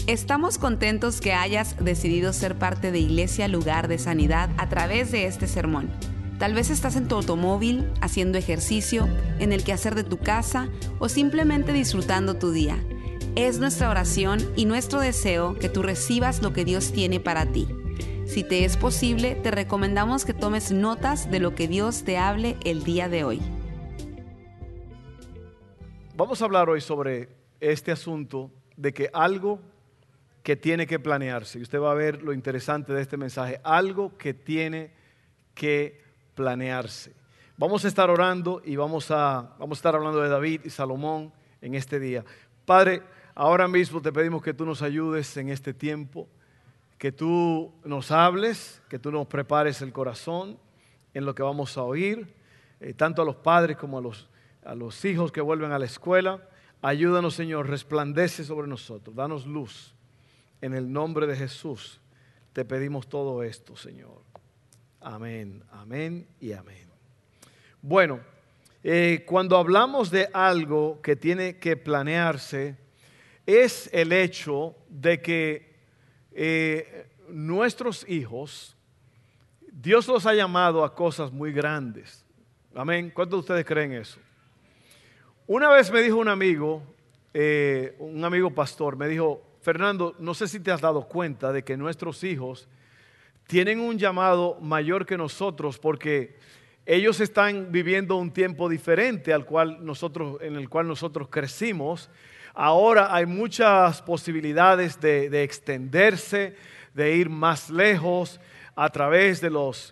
Estamos contentos que hayas decidido ser parte de Iglesia Lugar de Sanidad a través de este sermón. Tal vez estás en tu automóvil, haciendo ejercicio, en el quehacer de tu casa o simplemente disfrutando tu día. Es nuestra oración y nuestro deseo que tú recibas lo que Dios tiene para ti. Si te es posible, te recomendamos que tomes notas de lo que Dios te hable el día de hoy. Vamos a hablar hoy sobre este asunto de que algo que tiene que planearse. Y usted va a ver lo interesante de este mensaje. Algo que tiene que planearse. Vamos a estar orando y vamos a estar hablando de David y Salomón en este día. Padre, ahora mismo te pedimos que tú nos ayudes en este tiempo, que tú nos hables, que tú nos prepares el corazón en lo que vamos a oír, tanto a los padres como a los hijos que vuelven a la escuela. Ayúdanos, Señor, resplandece sobre nosotros, danos luz. En el nombre de Jesús te pedimos todo esto, Señor. Amén, amén y amén. Bueno, cuando hablamos de algo que tiene que planearse, es el hecho de que nuestros hijos, Dios los ha llamado a cosas muy grandes. Amén. ¿Cuántos de ustedes creen eso? Una vez me dijo un amigo pastor, me dijo: Fernando, no sé si te has dado cuenta de que nuestros hijos tienen un llamado mayor que nosotros porque ellos están viviendo un tiempo diferente en el cual nosotros crecimos. Ahora hay muchas posibilidades de extenderse, de ir más lejos a través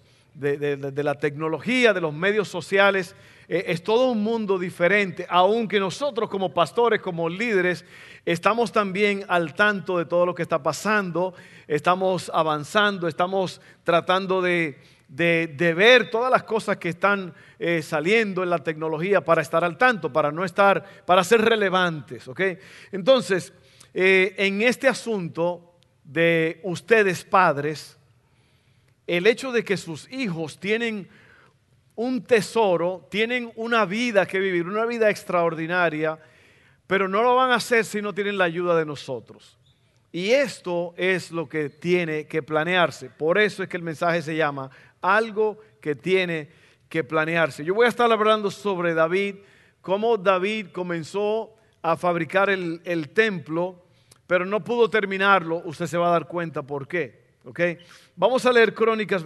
de la tecnología, de los medios sociales. Es todo un mundo diferente, aunque nosotros como pastores, como líderes, estamos también al tanto de todo lo que está pasando, estamos avanzando, estamos tratando de ver todas las cosas que están saliendo en la tecnología para estar al tanto, para ser relevantes, ¿ok? Entonces, en este asunto de ustedes padres, el hecho de que sus hijos tienen un tesoro, tienen una vida que vivir, una vida extraordinaria, pero no lo van a hacer si no tienen la ayuda de nosotros. Y esto es lo que tiene que planearse. Por eso es que el mensaje se llama algo que tiene que planearse. Yo voy a estar hablando sobre David, cómo David comenzó a fabricar el templo, pero no pudo terminarlo. Usted se va a dar cuenta por qué. ¿Okay? Vamos a leer Crónicas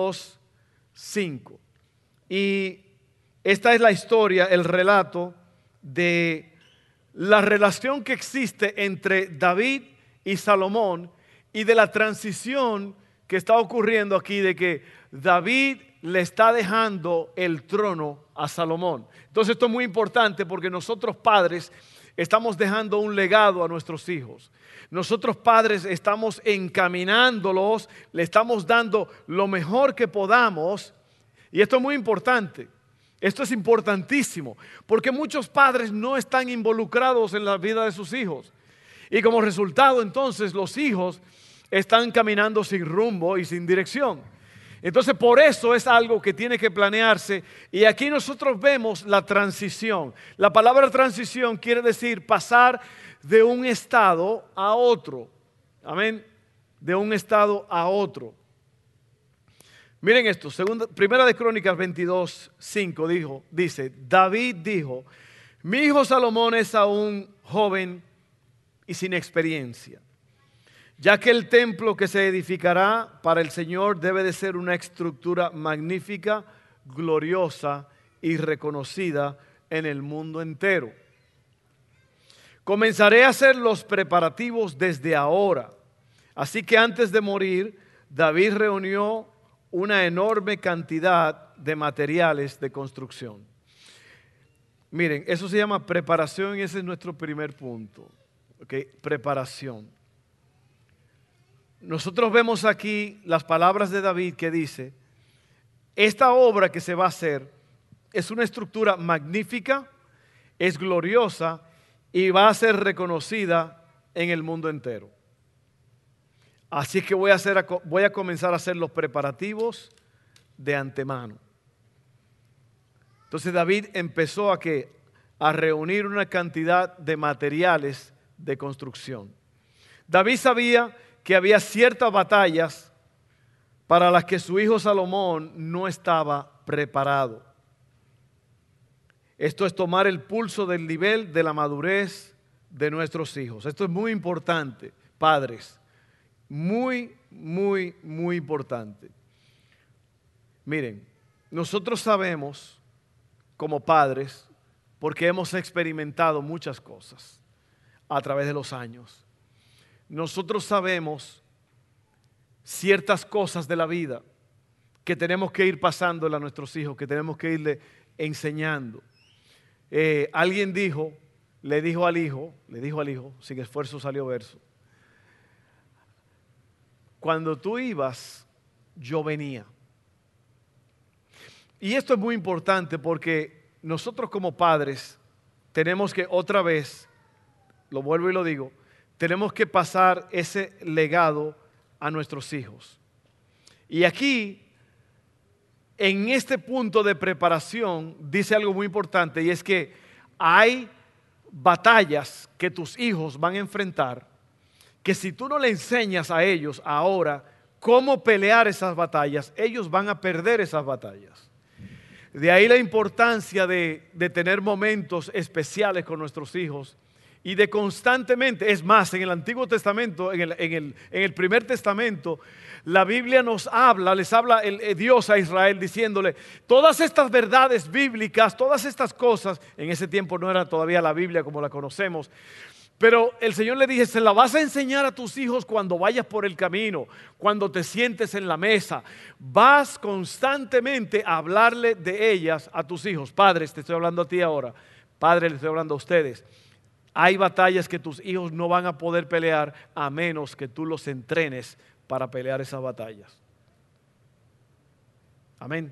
22:5. Y esta es la historia, el relato de la relación que existe entre David y Salomón y de la transición que está ocurriendo aquí, de que David le está dejando el trono a Salomón. Entonces esto es muy importante porque nosotros padres estamos dejando un legado a nuestros hijos. Nosotros padres estamos encaminándolos, le estamos dando lo mejor que podamos. Y esto es muy importante, esto es importantísimo, porque muchos padres no están involucrados en la vida de sus hijos. Y como resultado, entonces, los hijos están caminando sin rumbo y sin dirección. Entonces, por eso es algo que tiene que planearse. Y aquí nosotros vemos la transición. La palabra transición quiere decir pasar de un estado a otro. Amén. De un estado a otro. Miren esto, Primera de Crónicas 22:5 dice: David dijo, mi hijo Salomón es aún joven y sin experiencia, ya que el templo que se edificará para el Señor debe de ser una estructura magnífica, gloriosa y reconocida en el mundo entero. Comenzaré a hacer los preparativos desde ahora. Así que antes de morir, David reunió una enorme cantidad de materiales de construcción. Miren, eso se llama preparación y ese es nuestro primer punto. ¿Okay? Preparación. Nosotros vemos aquí las palabras de David que dice: esta obra que se va a hacer es una estructura magnífica, es gloriosa y va a ser reconocida en el mundo entero. Así que voy a comenzar a hacer los preparativos de antemano. Entonces David empezó a reunir una cantidad de materiales de construcción. David sabía que había ciertas batallas para las que su hijo Salomón no estaba preparado. Esto es tomar el pulso del nivel de la madurez de nuestros hijos. Esto es muy importante, padres. Muy, muy, muy importante. Miren, nosotros sabemos como padres, porque hemos experimentado muchas cosas a través de los años. Nosotros sabemos ciertas cosas de la vida que tenemos que ir pasándole a nuestros hijos, que tenemos que irle enseñando. Alguien le dijo al hijo, sin esfuerzo salió verso: cuando tú ibas, yo venía. Y esto es muy importante porque nosotros como padres tenemos que otra vez, lo vuelvo y lo digo, tenemos que pasar ese legado a nuestros hijos. Y aquí, en este punto de preparación, dice algo muy importante, y es que hay batallas que tus hijos van a enfrentar, que si tú no le enseñas a ellos ahora cómo pelear esas batallas, ellos van a perder esas batallas. De ahí la importancia de tener momentos especiales con nuestros hijos y de constantemente, es más, en el Antiguo Testamento, en el Primer Testamento, la Biblia les habla Dios a Israel diciéndole, todas estas verdades bíblicas, todas estas cosas, en ese tiempo no era todavía la Biblia como la conocemos, pero el Señor le dice, se la vas a enseñar a tus hijos cuando vayas por el camino, cuando te sientes en la mesa. Vas constantemente a hablarle de ellas a tus hijos. Padres, te estoy hablando a ti ahora. Padres, le estoy hablando a ustedes. Hay batallas que tus hijos no van a poder pelear a menos que tú los entrenes para pelear esas batallas. Amén.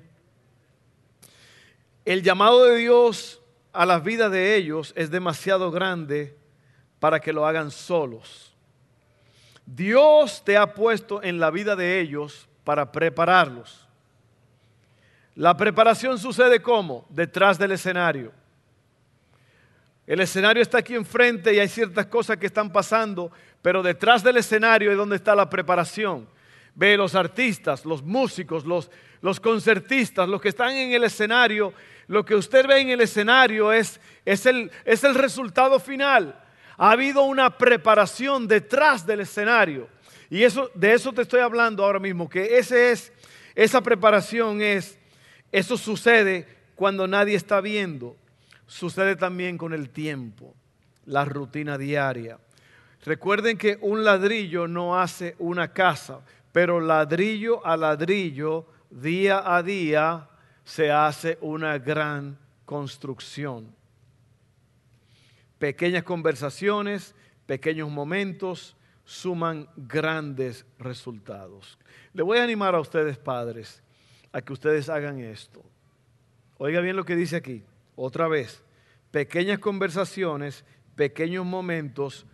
El llamado de Dios a las vidas de ellos es demasiado grande para que lo hagan solos. Dios te ha puesto en la vida de ellos para prepararlos. La preparación sucede ¿cómo? Detrás del escenario. El escenario está aquí enfrente y hay ciertas cosas que están pasando, pero detrás del escenario es donde está la preparación. Ve los artistas, los músicos, los concertistas, los que están en el escenario. Lo que usted ve en el escenario es el resultado final. Ha habido una preparación detrás del escenario. Y de eso te estoy hablando ahora mismo, que esa preparación eso sucede cuando nadie está viendo. Sucede también con el tiempo, la rutina diaria. Recuerden que un ladrillo no hace una casa, pero ladrillo a ladrillo, día a día, se hace una gran construcción. Pequeñas conversaciones, pequeños momentos suman grandes resultados. Le voy a animar a ustedes, padres, a que ustedes hagan esto. Oiga bien lo que dice aquí, otra vez. Pequeñas conversaciones, pequeños momentos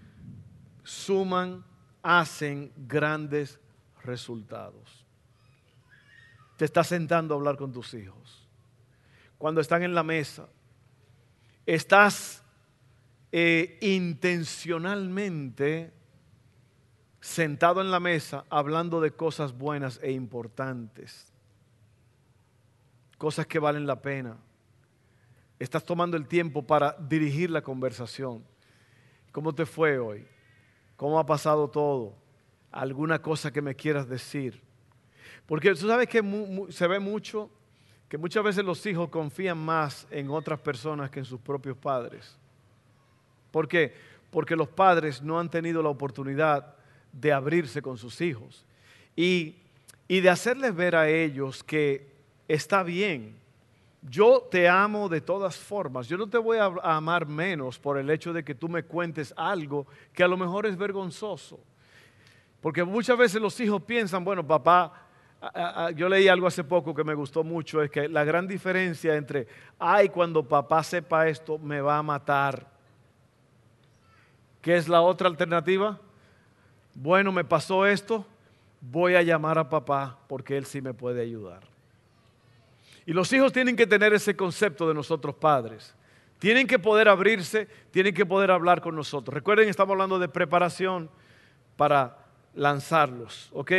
hacen grandes resultados. Te estás sentando a hablar con tus hijos. Cuando están en la mesa, estás intencionalmente sentado en la mesa hablando de cosas buenas e importantes, cosas que valen la pena. Estás tomando el tiempo para dirigir la conversación. ¿Cómo te fue hoy? ¿Cómo ha pasado todo? ¿Alguna cosa que me quieras decir? Porque tú sabes que se ve mucho que muchas veces los hijos confían más en otras personas que en sus propios padres. ¿Por qué? Porque los padres no han tenido la oportunidad de abrirse con sus hijos y de hacerles ver a ellos que está bien. Yo te amo de todas formas. Yo no te voy a amar menos por el hecho de que tú me cuentes algo que a lo mejor es vergonzoso. Porque muchas veces los hijos piensan, bueno, papá, yo leí algo hace poco que me gustó mucho, es que la gran diferencia entre, cuando papá sepa esto, me va a matar. ¿Qué es la otra alternativa? Bueno, me pasó esto, voy a llamar a papá porque él sí me puede ayudar. Y los hijos tienen que tener ese concepto de nosotros padres. Tienen que poder abrirse, tienen que poder hablar con nosotros. Recuerden, estamos hablando de preparación para lanzarlos, ¿ok?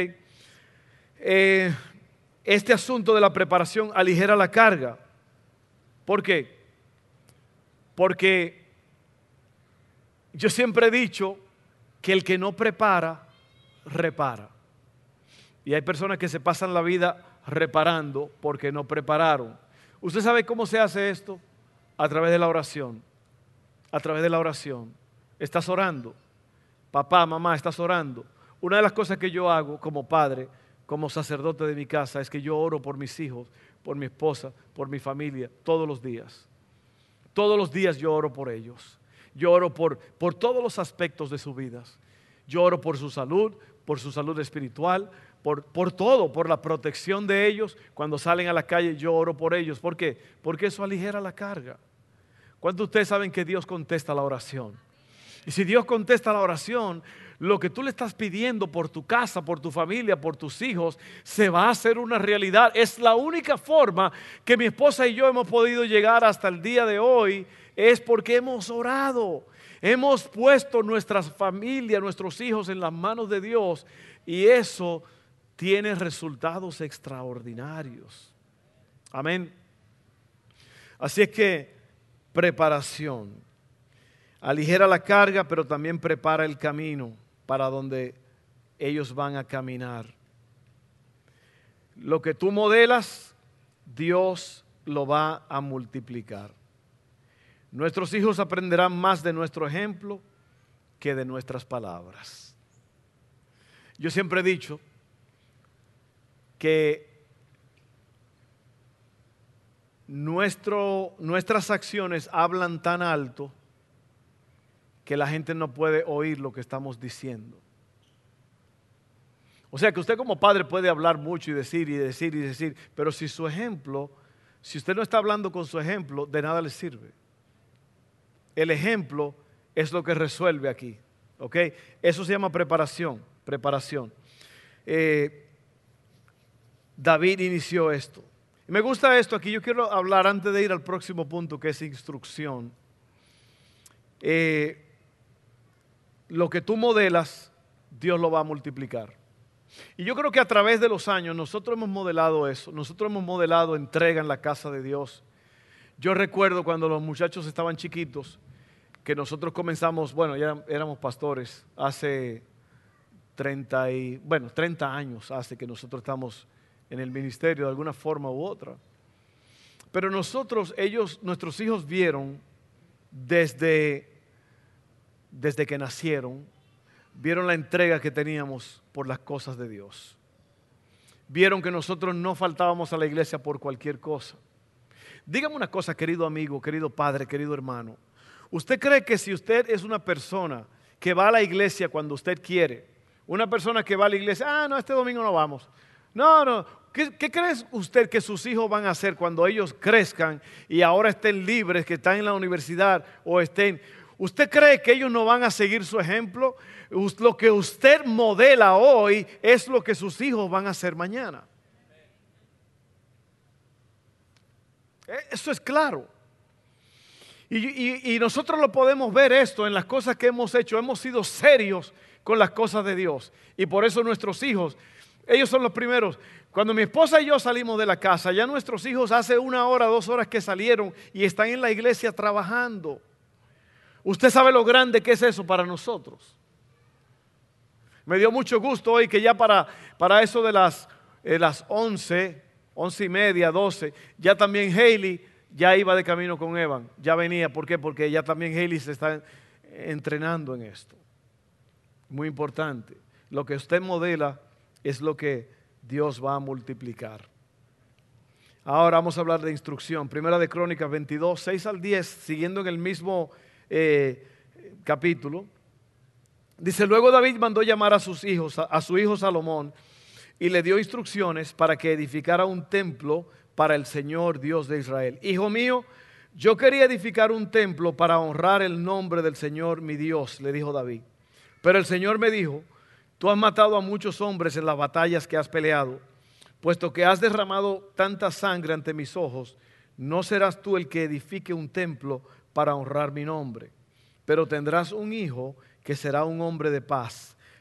Este asunto de la preparación aligera la carga. ¿Por qué? Porque yo siempre he dicho que el que no prepara, repara. Y hay personas que se pasan la vida reparando porque no prepararon. ¿Usted sabe cómo se hace esto? A través de la oración. A través de la oración. Estás orando. Papá, mamá, estás orando. Una de las cosas que yo hago como padre, como sacerdote de mi casa, es que yo oro por mis hijos, por mi esposa, por mi familia, todos los días. Todos los días yo oro por ellos. Yo oro por todos los aspectos de sus vidas. Yo oro por su salud espiritual, por todo, por la protección de ellos. Cuando salen a la calle yo oro por ellos. ¿Por qué? Porque eso aligera la carga. ¿Cuántos de ustedes saben que Dios contesta la oración? Y si Dios contesta la oración, lo que tú le estás pidiendo por tu casa, por tu familia, por tus hijos, se va a hacer una realidad. Es la única forma que mi esposa y yo hemos podido llegar hasta el día de hoy, es porque hemos orado. Hemos puesto nuestras familias, nuestros hijos en las manos de Dios, y eso tiene resultados extraordinarios. Amén. Así es que preparación. Aligera la carga, pero también prepara el camino para donde ellos van a caminar. Lo que tú modelas, Dios lo va a multiplicar. Nuestros hijos aprenderán más de nuestro ejemplo que de nuestras palabras. Yo siempre he dicho que nuestras acciones hablan tan alto que la gente no puede oír lo que estamos diciendo. O sea que usted como padre puede hablar mucho y decir, pero si su ejemplo, si usted no está hablando con su ejemplo, de nada le sirve. El ejemplo es lo que resuelve aquí, ¿ok? Eso se llama preparación. David inició esto. Me gusta esto aquí, yo quiero hablar antes de ir al próximo punto, que es instrucción. Lo que tú modelas, Dios lo va a multiplicar. Y yo creo que a través de los años nosotros hemos modelado eso. Nosotros hemos modelado entrega en la casa de Dios. Yo recuerdo cuando los muchachos estaban chiquitos, que nosotros comenzamos, bueno, ya éramos pastores, hace 30 años hace que nosotros estamos en el ministerio de alguna forma u otra. Pero nuestros hijos vieron desde que nacieron, vieron la entrega que teníamos por las cosas de Dios. Vieron que nosotros no faltábamos a la iglesia por cualquier cosa. Dígame una cosa, querido amigo, querido padre, querido hermano. ¿Usted cree que si usted es una persona que va a la iglesia cuando usted quiere, una persona que va a la iglesia, no, este domingo no vamos? No, ¿qué cree usted que sus hijos van a hacer cuando ellos crezcan y ahora estén libres, que están en la universidad o estén... ¿Usted cree que ellos no van a seguir su ejemplo? Lo que usted modela hoy es lo que sus hijos van a hacer mañana. Eso es claro. Y nosotros lo podemos ver esto en las cosas que hemos hecho. Hemos sido serios con las cosas de Dios. Y por eso nuestros hijos, ellos son los primeros. Cuando mi esposa y yo salimos de la casa, ya nuestros hijos hace 1 hora, 2 horas que salieron y están en la iglesia trabajando. Usted sabe lo grande que es eso para nosotros. Me dio mucho gusto hoy que ya para eso de las 11 y media, 12, ya también Hailey ya iba de camino con Evan. Ya venía, ¿por qué? Porque ya también Hailey se está entrenando en esto. Muy importante. Lo que usted modela es lo que Dios va a multiplicar. Ahora vamos a hablar de instrucción. Primera de Crónicas 22, 6 al 10, siguiendo en el mismo capítulo. Dice, luego David mandó llamar a su hijo Salomón, y le dio instrucciones para que edificara un templo para el Señor Dios de Israel. Hijo mío, yo quería edificar un templo para honrar el nombre del Señor mi Dios, le dijo David. Pero el Señor me dijo, tú has matado a muchos hombres en las batallas que has peleado, puesto que has derramado tanta sangre ante mis ojos, no serás tú el que edifique un templo para honrar mi nombre, pero tendrás un hijo que será un hombre de paz.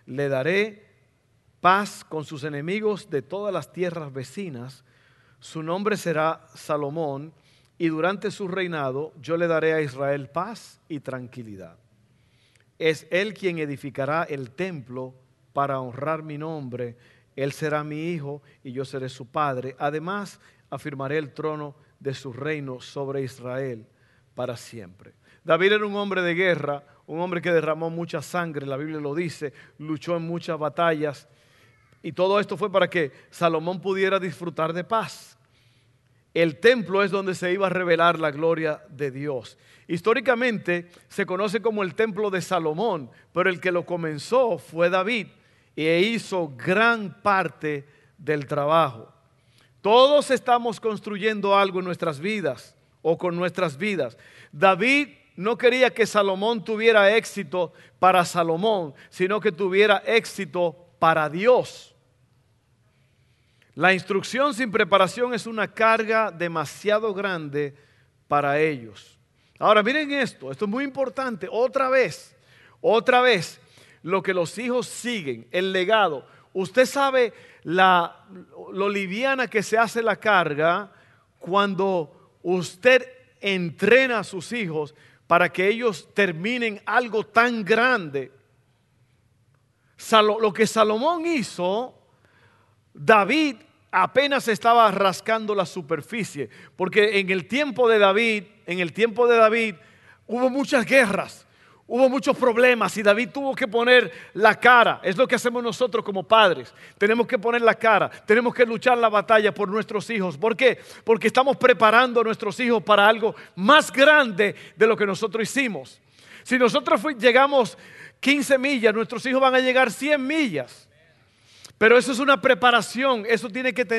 le daré paz con sus enemigos de todas las tierras vecinas. Su nombre será Salomón, y durante su reinado yo le daré a Israel paz y tranquilidad. Es él quien edificará el templo para honrar mi nombre. Él será mi hijo y yo seré su padre. Además, afirmaré el trono de su reino sobre Israel para siempre. David era un hombre de guerra, un hombre que derramó mucha sangre, la Biblia lo dice, luchó en muchas batallas. Y todo esto fue para que Salomón pudiera disfrutar de paz. El templo es donde se iba a revelar la gloria de Dios. Históricamente se conoce como el templo de Salomón, pero el que lo comenzó fue David e hizo gran parte del trabajo. Todos estamos construyendo algo en nuestras vidas o con nuestras vidas. David no quería que Salomón tuviera éxito para Salomón, sino que tuviera éxito para Dios. La instrucción sin preparación es una carga demasiado grande para ellos. Ahora miren esto es muy importante. Otra vez, lo que los hijos siguen, el legado. Usted sabe lo liviana que se hace la carga cuando usted entrena a sus hijos para que ellos terminen algo tan grande. Lo que Salomón hizo, David apenas estaba rascando la superficie, porque en el tiempo de David hubo muchas guerras, hubo muchos problemas y David tuvo que poner la cara. Es lo que hacemos nosotros como padres. Tenemos que poner la cara, tenemos que luchar la batalla por nuestros hijos. ¿Por qué? Porque estamos preparando a nuestros hijos para algo más grande de lo que nosotros hicimos. Si nosotros llegamos 15 millas, nuestros hijos van a llegar 100 millas. Pero eso es una preparación, eso tiene que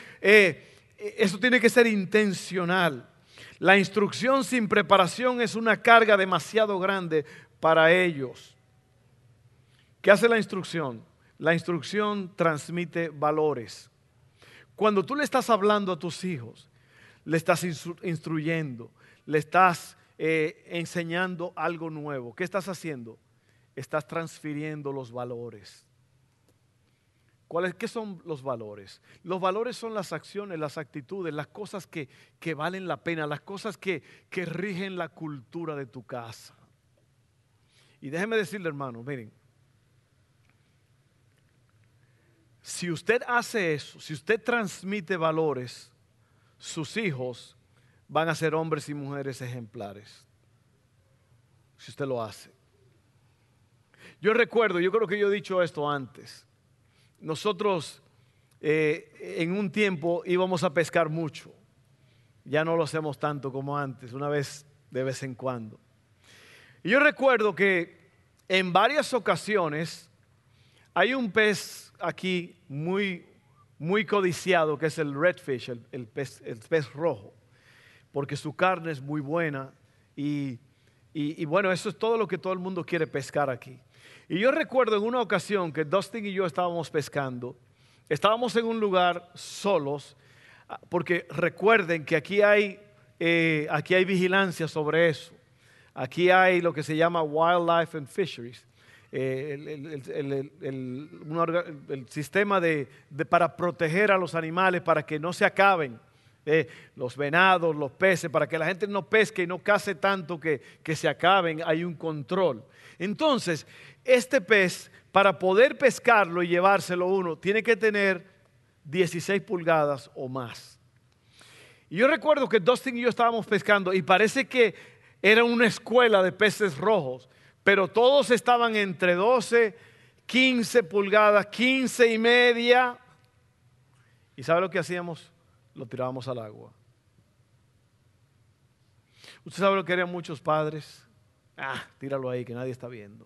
ser intencional. La instrucción sin preparación es una carga demasiado grande para ellos. ¿Qué hace la instrucción? La instrucción transmite valores. Cuando tú le estás hablando a tus hijos, le estás instruyendo, le estás enseñando algo nuevo. ¿Qué estás haciendo? Estás transfiriendo los valores. ¿Qué son los valores? Los valores son las acciones, las actitudes, las cosas que valen la pena, las cosas que rigen la cultura de tu casa. Y déjeme decirle, hermano, miren, si usted hace eso, si usted transmite valores, sus hijos van a ser hombres y mujeres ejemplares. Si usted lo hace. Yo creo que yo he dicho esto antes. Nosotros en un tiempo íbamos a pescar mucho. Ya no lo hacemos tanto como antes, una vez de vez en cuando. Y yo recuerdo que en varias ocasiones hay un pez aquí muy, muy codiciado, que es el redfish, el pez rojo, porque su carne es muy buena y bueno, eso es todo lo que todo el mundo quiere pescar aquí. Y yo recuerdo en una ocasión que Dustin y yo estábamos pescando, estábamos en un lugar solos, porque recuerden que aquí hay vigilancia sobre eso. Aquí hay lo que se llama Wildlife and Fisheries, el sistema para proteger a los animales, para que no se acaben. Los venados, los peces, para que la gente no pesque y no case tanto que se acaben, hay un control. Entonces, este pez, para poder pescarlo y llevárselo uno, tiene que tener 16 pulgadas o más. Y yo recuerdo que Dustin y yo estábamos pescando y parece que era una escuela de peces rojos, pero todos estaban entre 12, 15 pulgadas, 15 y media. ¿Y sabe lo que hacíamos? Lo tirábamos al agua. ¿Usted sabe lo que harían muchos padres? Tíralo ahí que nadie está viendo.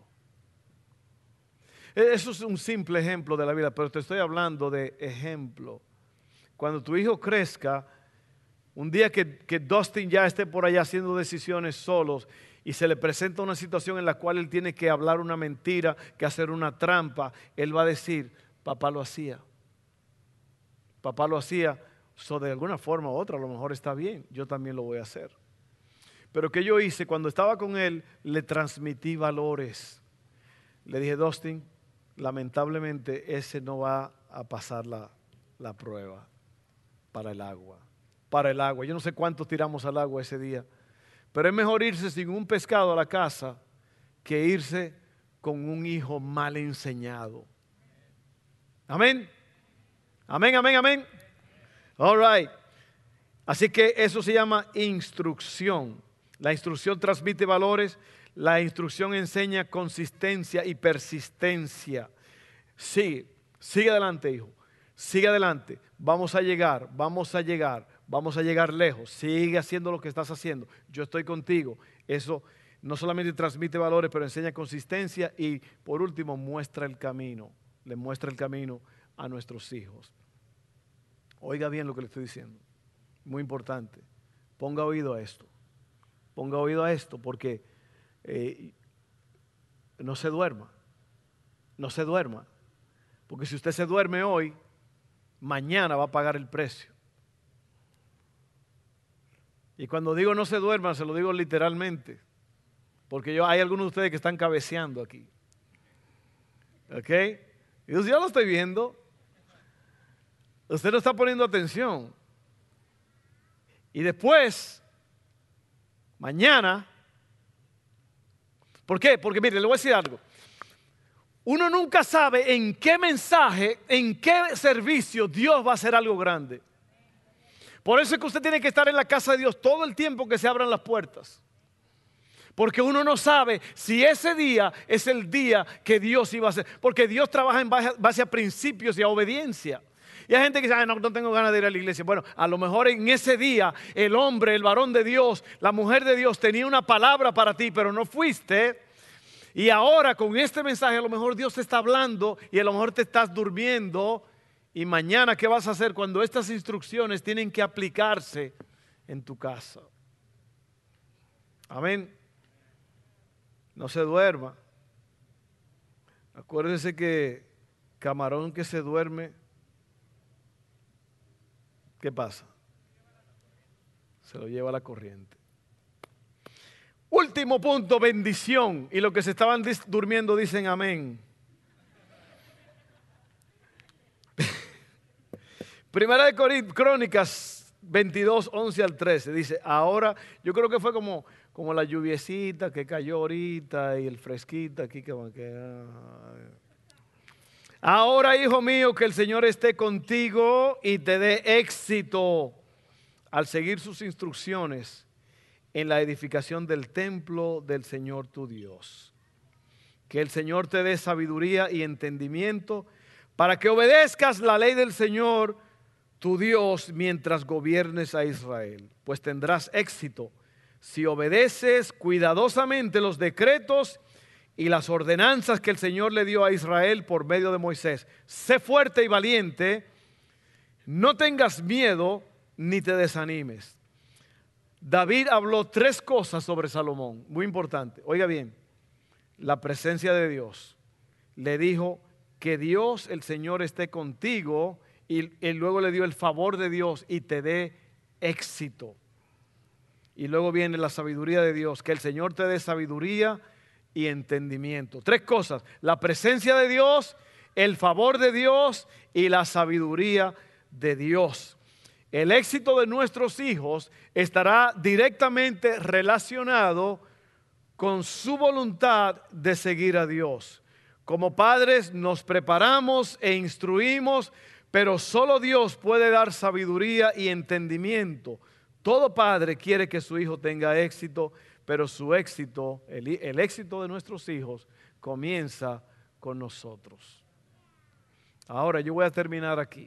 Eso es un simple ejemplo de la vida, pero te estoy hablando de ejemplo. Cuando tu hijo crezca, un día que Dustin ya esté por allá haciendo decisiones solos y se le presenta una situación en la cual él tiene que hablar una mentira, que hacer una trampa, él va a decir, papá lo hacía. Papá lo hacía. De alguna forma u otra, a lo mejor está bien, yo también lo voy a hacer. Pero ¿qué yo hice? Cuando estaba con él, le transmití valores. Le dije, Dustin, lamentablemente ese no va a pasar la prueba para el agua. Para el agua. Yo no sé cuántos tiramos al agua ese día, pero es mejor irse sin un pescado a la casa que irse con un hijo mal enseñado. Amén. Amén, amén, amén. All right. Así que eso se llama instrucción. La instrucción transmite valores, la instrucción enseña consistencia y persistencia. Sigue adelante, hijo. Sigue adelante. Vamos a llegar lejos. Sigue haciendo lo que estás haciendo. Yo estoy contigo. Eso no solamente transmite valores, pero enseña consistencia y, por último, muestra el camino. Le muestra el camino a nuestros hijos. Oiga bien lo que le estoy diciendo. Muy importante. Ponga oído a esto. Ponga oído a esto porque no se duerma. No se duerma. Porque si usted se duerme hoy, mañana va a pagar el precio. Y cuando digo no se duerma, se lo digo literalmente. Porque hay algunos de ustedes que están cabeceando aquí. ¿Ok? Y yo lo estoy viendo. Usted no está poniendo atención. Y después, mañana, ¿por qué? Porque mire, le voy a decir algo. Uno nunca sabe en qué mensaje, en qué servicio Dios va a hacer algo grande. Por eso es que usted tiene que estar en la casa de Dios todo el tiempo que se abran las puertas. Porque uno no sabe si ese día es el día que Dios iba a hacer. Porque Dios trabaja en base a principios y a obediencia. Y hay gente que dice, no tengo ganas de ir a la iglesia. Bueno, a lo mejor en ese día el hombre, el varón de Dios, la mujer de Dios tenía una palabra para ti, pero no fuiste. Y ahora con este mensaje a lo mejor Dios te está hablando y a lo mejor te estás durmiendo. Y mañana, ¿qué vas a hacer cuando estas instrucciones tienen que aplicarse en tu casa? Amén. No se duerma. Acuérdese que camarón que se duerme, ¿qué pasa? Se lo lleva la corriente. Último punto, bendición. Y los que se estaban durmiendo dicen amén. Primera de Crónicas 22, 11 al 13. Dice, ahora, yo creo que fue como la lluviecita que cayó ahorita y el fresquito aquí que va a quedar. Ahora, hijo mío, que el Señor esté contigo y te dé éxito al seguir sus instrucciones en la edificación del templo del Señor tu Dios. Que el Señor te dé sabiduría y entendimiento para que obedezcas la ley del Señor tu Dios mientras gobiernes a Israel. Pues tendrás éxito si obedeces cuidadosamente los decretos y las ordenanzas que el Señor le dio a Israel por medio de Moisés. Sé fuerte y valiente, no tengas miedo ni te desanimes. David habló 3 cosas sobre Salomón, muy importante. Oiga bien, la presencia de Dios. Le dijo que Dios, el Señor, esté contigo y luego le dio el favor de Dios y te dé éxito. Y luego viene la sabiduría de Dios, que el Señor te dé sabiduría y entendimiento. 3 cosas, la presencia de Dios, el favor de Dios y la sabiduría de Dios. El éxito de nuestros hijos estará directamente relacionado con su voluntad de seguir a Dios. Como padres nos preparamos e instruimos, pero solo Dios puede dar sabiduría y entendimiento. Todo padre quiere que su hijo tenga éxito, pero su éxito, el éxito de nuestros hijos comienza con nosotros. Ahora yo voy a terminar aquí.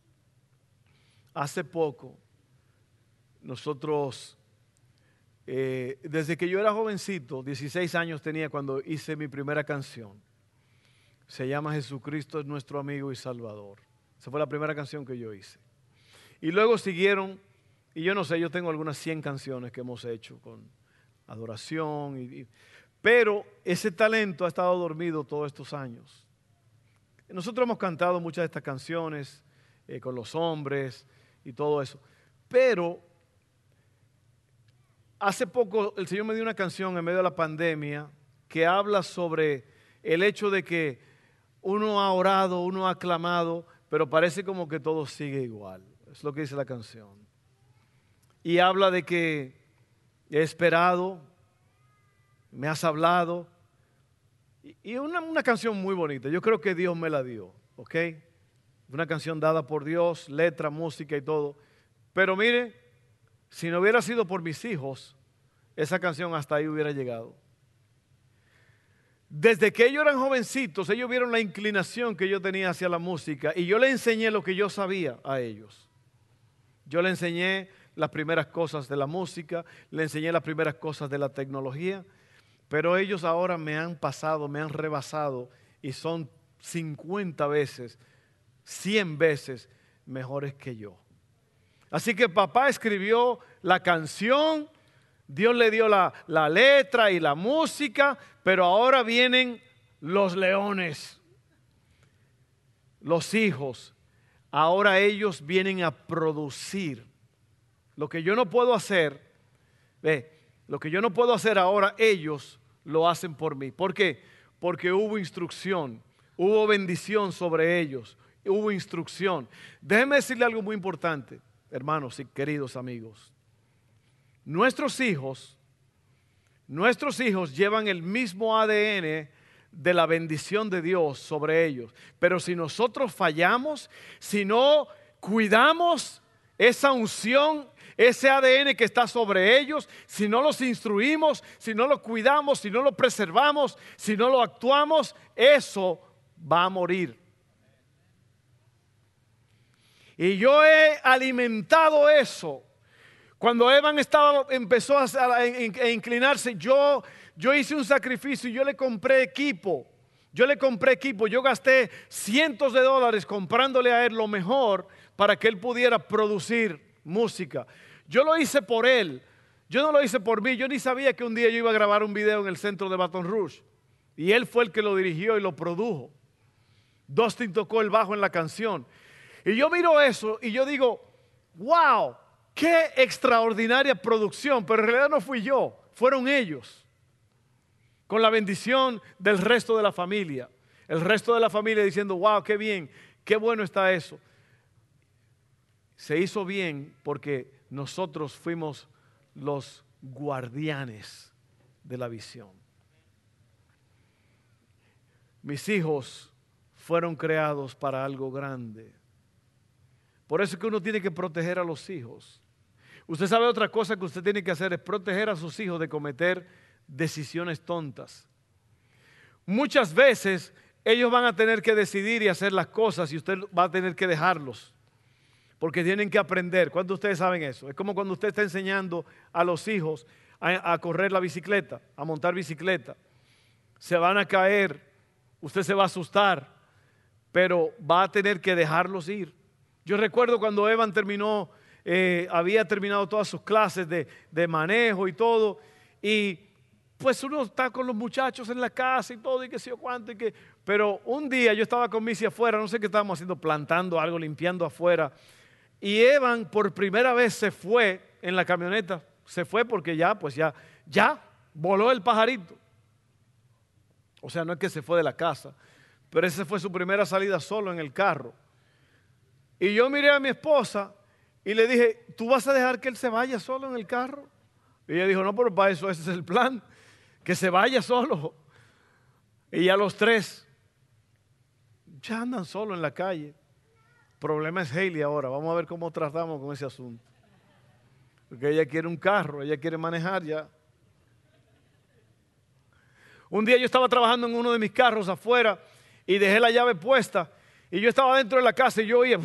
Hace poco, nosotros, desde que yo era jovencito, 16 años tenía cuando hice mi primera canción. Se llama Jesucristo es nuestro amigo y salvador. Esa fue la primera canción que yo hice. Y luego siguieron, y yo no sé, yo tengo algunas 100 canciones que hemos hecho con adoración. Pero ese talento ha estado dormido todos estos años. Nosotros hemos cantado muchas de estas canciones con los hombres y todo eso. Pero hace poco el Señor me dio una canción en medio de la pandemia que habla sobre el hecho de que uno ha orado, uno ha clamado, pero parece como que todo sigue igual. Es lo que dice la canción. Y habla de que he esperado, me has hablado. Y una canción muy bonita. Yo creo que Dios me la dio, ¿ok? Una canción dada por Dios, letra, música y todo. Pero mire, si no hubiera sido por mis hijos, esa canción hasta ahí hubiera llegado. Desde que ellos eran jovencitos, ellos vieron la inclinación que yo tenía hacia la música y yo les enseñé lo que yo sabía a ellos. Yo les enseñé las primeras cosas de la música, les enseñé las primeras cosas de la tecnología, pero ellos ahora me han pasado, me han rebasado y son 50 veces, 100 veces mejores que yo. Así que papá escribió la canción, Dios le dio la letra y la música, pero ahora vienen los leones, los hijos. Ahora ellos vienen a producir. Lo que yo no puedo hacer, lo que yo no puedo hacer ahora, ellos lo hacen por mí. ¿Por qué? Porque hubo instrucción, hubo bendición sobre ellos, hubo instrucción. Déjenme decirle algo muy importante, hermanos y queridos amigos. Nuestros hijos llevan el mismo ADN de la bendición de Dios sobre ellos. Pero si nosotros fallamos, si no cuidamos esa unción, ese ADN que está sobre ellos, si no los instruimos, si no lo cuidamos, si no lo preservamos, si no lo actuamos, eso va a morir. Y yo he alimentado eso. Cuando Evan empezó a inclinarse, yo hice un sacrificio y yo le compré equipo. Yo gasté cientos de dólares comprándole a él lo mejor para que él pudiera producir música. Yo lo hice por él. Yo no lo hice por mí. Yo ni sabía que un día yo iba a grabar un video en el centro de Baton Rouge. Y él fue el que lo dirigió y lo produjo. Dustin tocó el bajo en la canción. Y yo miro eso y yo digo, wow, qué extraordinaria producción. Pero en realidad no fui yo, fueron ellos. Con la bendición del resto de la familia. El resto de la familia diciendo, wow, qué bien, qué bueno está eso. Se hizo bien porque nosotros fuimos los guardianes de la visión. Mis hijos fueron creados para algo grande. Por eso es que uno tiene que proteger a los hijos. Usted sabe otra cosa que usted tiene que hacer es proteger a sus hijos de cometer decisiones tontas. Muchas veces ellos van a tener que decidir y hacer las cosas y usted va a tener que dejarlos. Porque tienen que aprender. ¿Cuántos de ustedes saben eso? Es como cuando usted está enseñando a los hijos a correr la bicicleta, a montar bicicleta. Se van a caer, usted se va a asustar, pero va a tener que dejarlos ir. Yo recuerdo cuando Evan había terminado todas sus clases de manejo y todo, y pues uno está con los muchachos en la casa y todo, y qué sé yo cuánto, pero un día yo estaba con Missy afuera, no sé qué estábamos haciendo, plantando algo, limpiando afuera, y Evan por primera vez se fue en la camioneta, se fue porque ya voló el pajarito. O sea, no es que se fue de la casa, pero esa fue su primera salida solo en el carro. Y yo miré a mi esposa y le dije, ¿tú vas a dejar que él se vaya solo en el carro? Y ella dijo, no, pero para eso ese es el plan, que se vaya solo. Y ya los tres ya andan solo en la calle. El problema es Hailey ahora, vamos a ver cómo tratamos con ese asunto. Porque ella quiere un carro, ella quiere manejar ya. Un día yo estaba trabajando en uno de mis carros afuera y dejé la llave puesta y yo estaba dentro de la casa y yo oía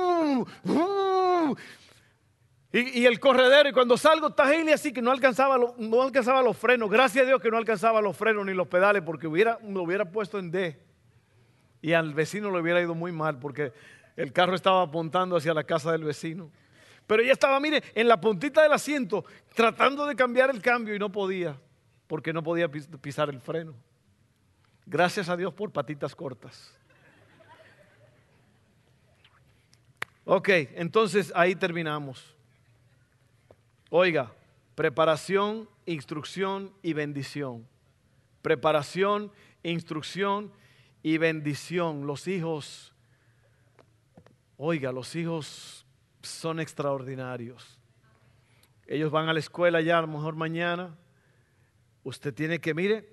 y el corredero, y cuando salgo está Hailey así que no alcanzaba los frenos. Gracias a Dios que no alcanzaba los frenos ni los pedales, porque lo hubiera puesto en D y al vecino le hubiera ido muy mal porque el carro estaba apuntando hacia la casa del vecino. Pero ella estaba, mire, en la puntita del asiento tratando de cambiar el cambio y no podía, porque no podía pisar el freno. Gracias a Dios por patitas cortas. Ok, entonces ahí terminamos. Oiga, preparación, instrucción y bendición. Preparación, instrucción y bendición. Los hijos, oiga, los hijos son extraordinarios. Ellos van a la escuela ya, a lo mejor mañana. Usted tiene que, mire,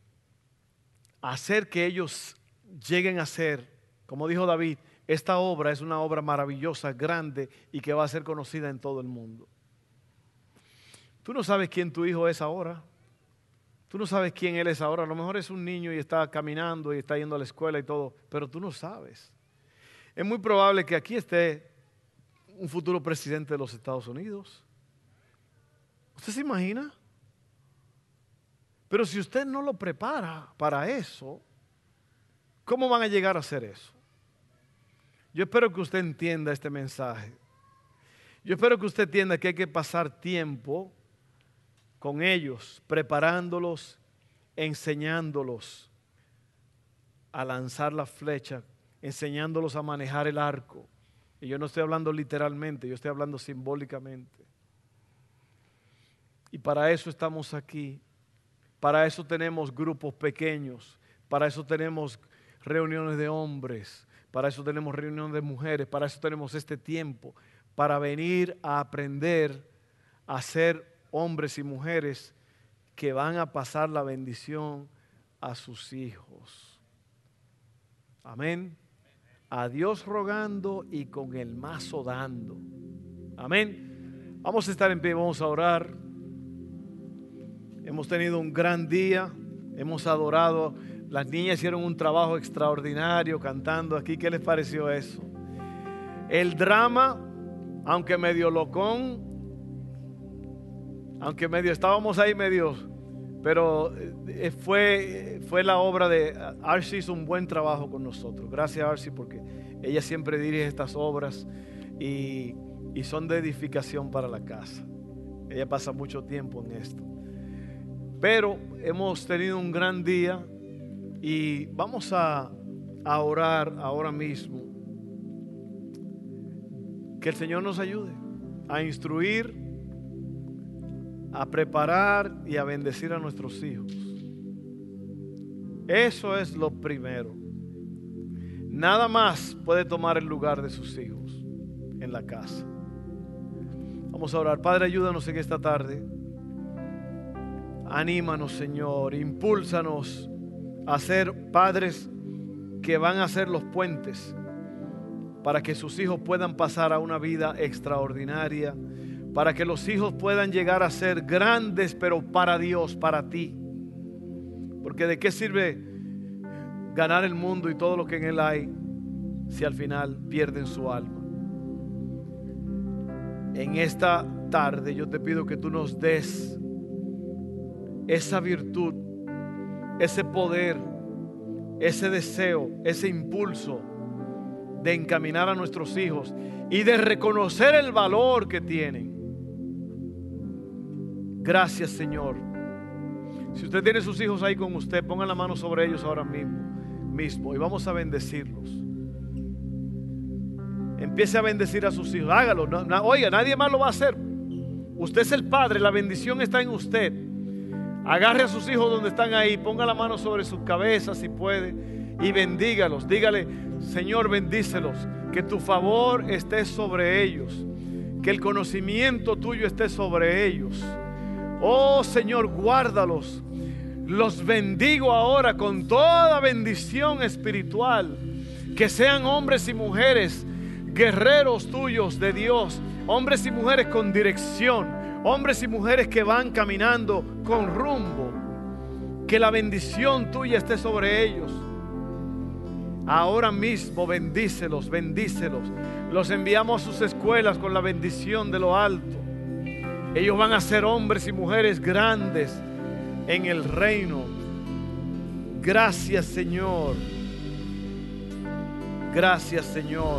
hacer que ellos lleguen a ser, como dijo David, esta obra es una obra maravillosa, grande y que va a ser conocida en todo el mundo. Tú no sabes quién tu hijo es ahora. Tú no sabes quién él es ahora. A lo mejor es un niño y está caminando y está yendo a la escuela y todo, pero tú no sabes. Es muy probable que aquí esté un futuro presidente de los Estados Unidos. ¿Usted se imagina? Pero si usted no lo prepara para eso, ¿cómo van a llegar a hacer eso? Yo espero que usted entienda este mensaje. Yo espero que usted entienda que hay que pasar tiempo con ellos, preparándolos, enseñándolos a lanzar la flecha, enseñándolos a manejar el arco. Y yo no estoy hablando literalmente, yo estoy hablando simbólicamente. Y para eso estamos aquí. Para eso tenemos grupos pequeños. Para eso tenemos reuniones de hombres. Para eso tenemos reuniones de mujeres. Para eso tenemos este tiempo. Para venir a aprender a ser hombres y mujeres que van a pasar la bendición a sus hijos. Amén. A Dios rogando y con el mazo dando. Amén. Vamos a estar en pie, vamos a orar. Hemos tenido un gran día, hemos adorado. Las niñas hicieron un trabajo extraordinario cantando aquí. ¿Qué les pareció eso? El drama, aunque medio locón, aunque medio estábamos ahí medio, pero fue la obra de Arcy. Hizo un buen trabajo con nosotros. Gracias, Arcy, porque ella siempre dirige estas obras y son de edificación para la casa. Ella pasa mucho tiempo en esto. Pero hemos tenido un gran día y vamos a orar ahora mismo. Que el Señor nos ayude a instruir, a preparar y a bendecir a nuestros hijos. Eso es lo primero. Nada más puede tomar el lugar de sus hijos en la casa. Vamos a orar. Padre, ayúdanos en esta tarde. Anímanos, Señor, impúlsanos a ser padres que van a ser los puentes para que sus hijos puedan pasar a una vida extraordinaria, para que los hijos puedan llegar a ser grandes, pero para Dios, para ti. Porque ¿de qué sirve ganar el mundo y todo lo que en él hay si al final pierden su alma? En esta tarde yo te pido que tú nos des esa virtud, ese poder, ese deseo, ese impulso de encaminar a nuestros hijos y de reconocer el valor que tienen. Gracias, Señor. Si usted tiene sus hijos ahí con usted, ponga la mano sobre ellos ahora mismo y vamos a bendecirlos. Empiece a bendecir a sus hijos. Hágalo. Oiga, nadie más lo va a hacer. Usted es el padre, la bendición está en usted. Agarre a sus hijos donde están ahí, ponga la mano sobre sus cabezas si puede y bendígalos. Dígale: Señor, bendícelos, que tu favor esté sobre ellos, que el conocimiento tuyo esté sobre ellos. Oh Señor, guárdalos. Los bendigo ahora con toda bendición espiritual. Que sean hombres y mujeres, guerreros tuyos de Dios, hombres y mujeres con dirección, hombres y mujeres que van caminando con rumbo. Que la bendición tuya esté sobre ellos. Ahora mismo bendícelos, bendícelos. Los enviamos a sus escuelas con la bendición de lo alto. Ellos van a ser hombres y mujeres grandes en el reino. Gracias, Señor. Gracias, Señor.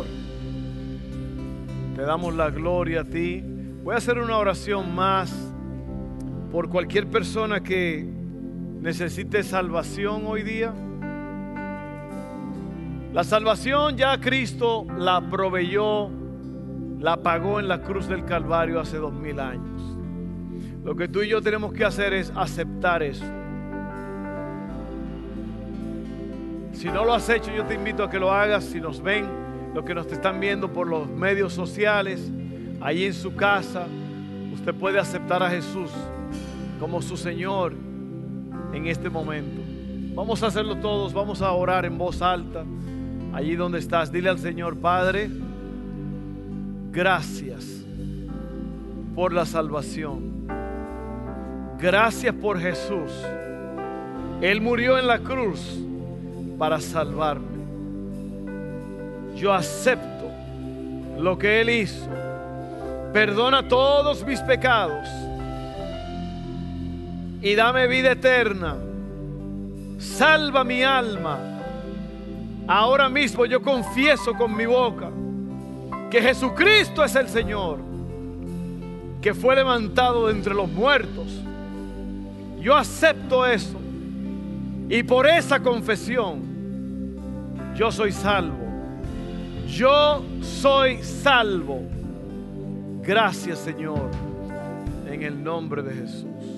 Te damos la gloria a ti. Voy a hacer una oración más por cualquier persona que necesite salvación hoy día. La salvación ya Cristo la proveyó, la pagó en la cruz del Calvario hace 2000 años. Lo que tú y yo tenemos que hacer es aceptar eso. Si no lo has hecho, yo te invito a que lo hagas. Si nos ven, los que nos están viendo por los medios sociales, allí en su casa, usted puede aceptar a Jesús como su Señor en este momento. Vamos a hacerlo todos, vamos a orar en voz alta. Allí donde estás, dile al Señor: Padre, gracias por la salvación. Gracias por Jesús. Él murió en la cruz para salvarme. Yo acepto lo que Él hizo. Perdona todos mis pecados y dame vida eterna. Salva mi alma. Ahora mismo yo confieso con mi boca que Jesucristo es el Señor, que fue levantado de entre los muertos. Yo acepto eso, y por esa confesión yo soy salvo. Yo soy salvo. Gracias, Señor, en el nombre de Jesús.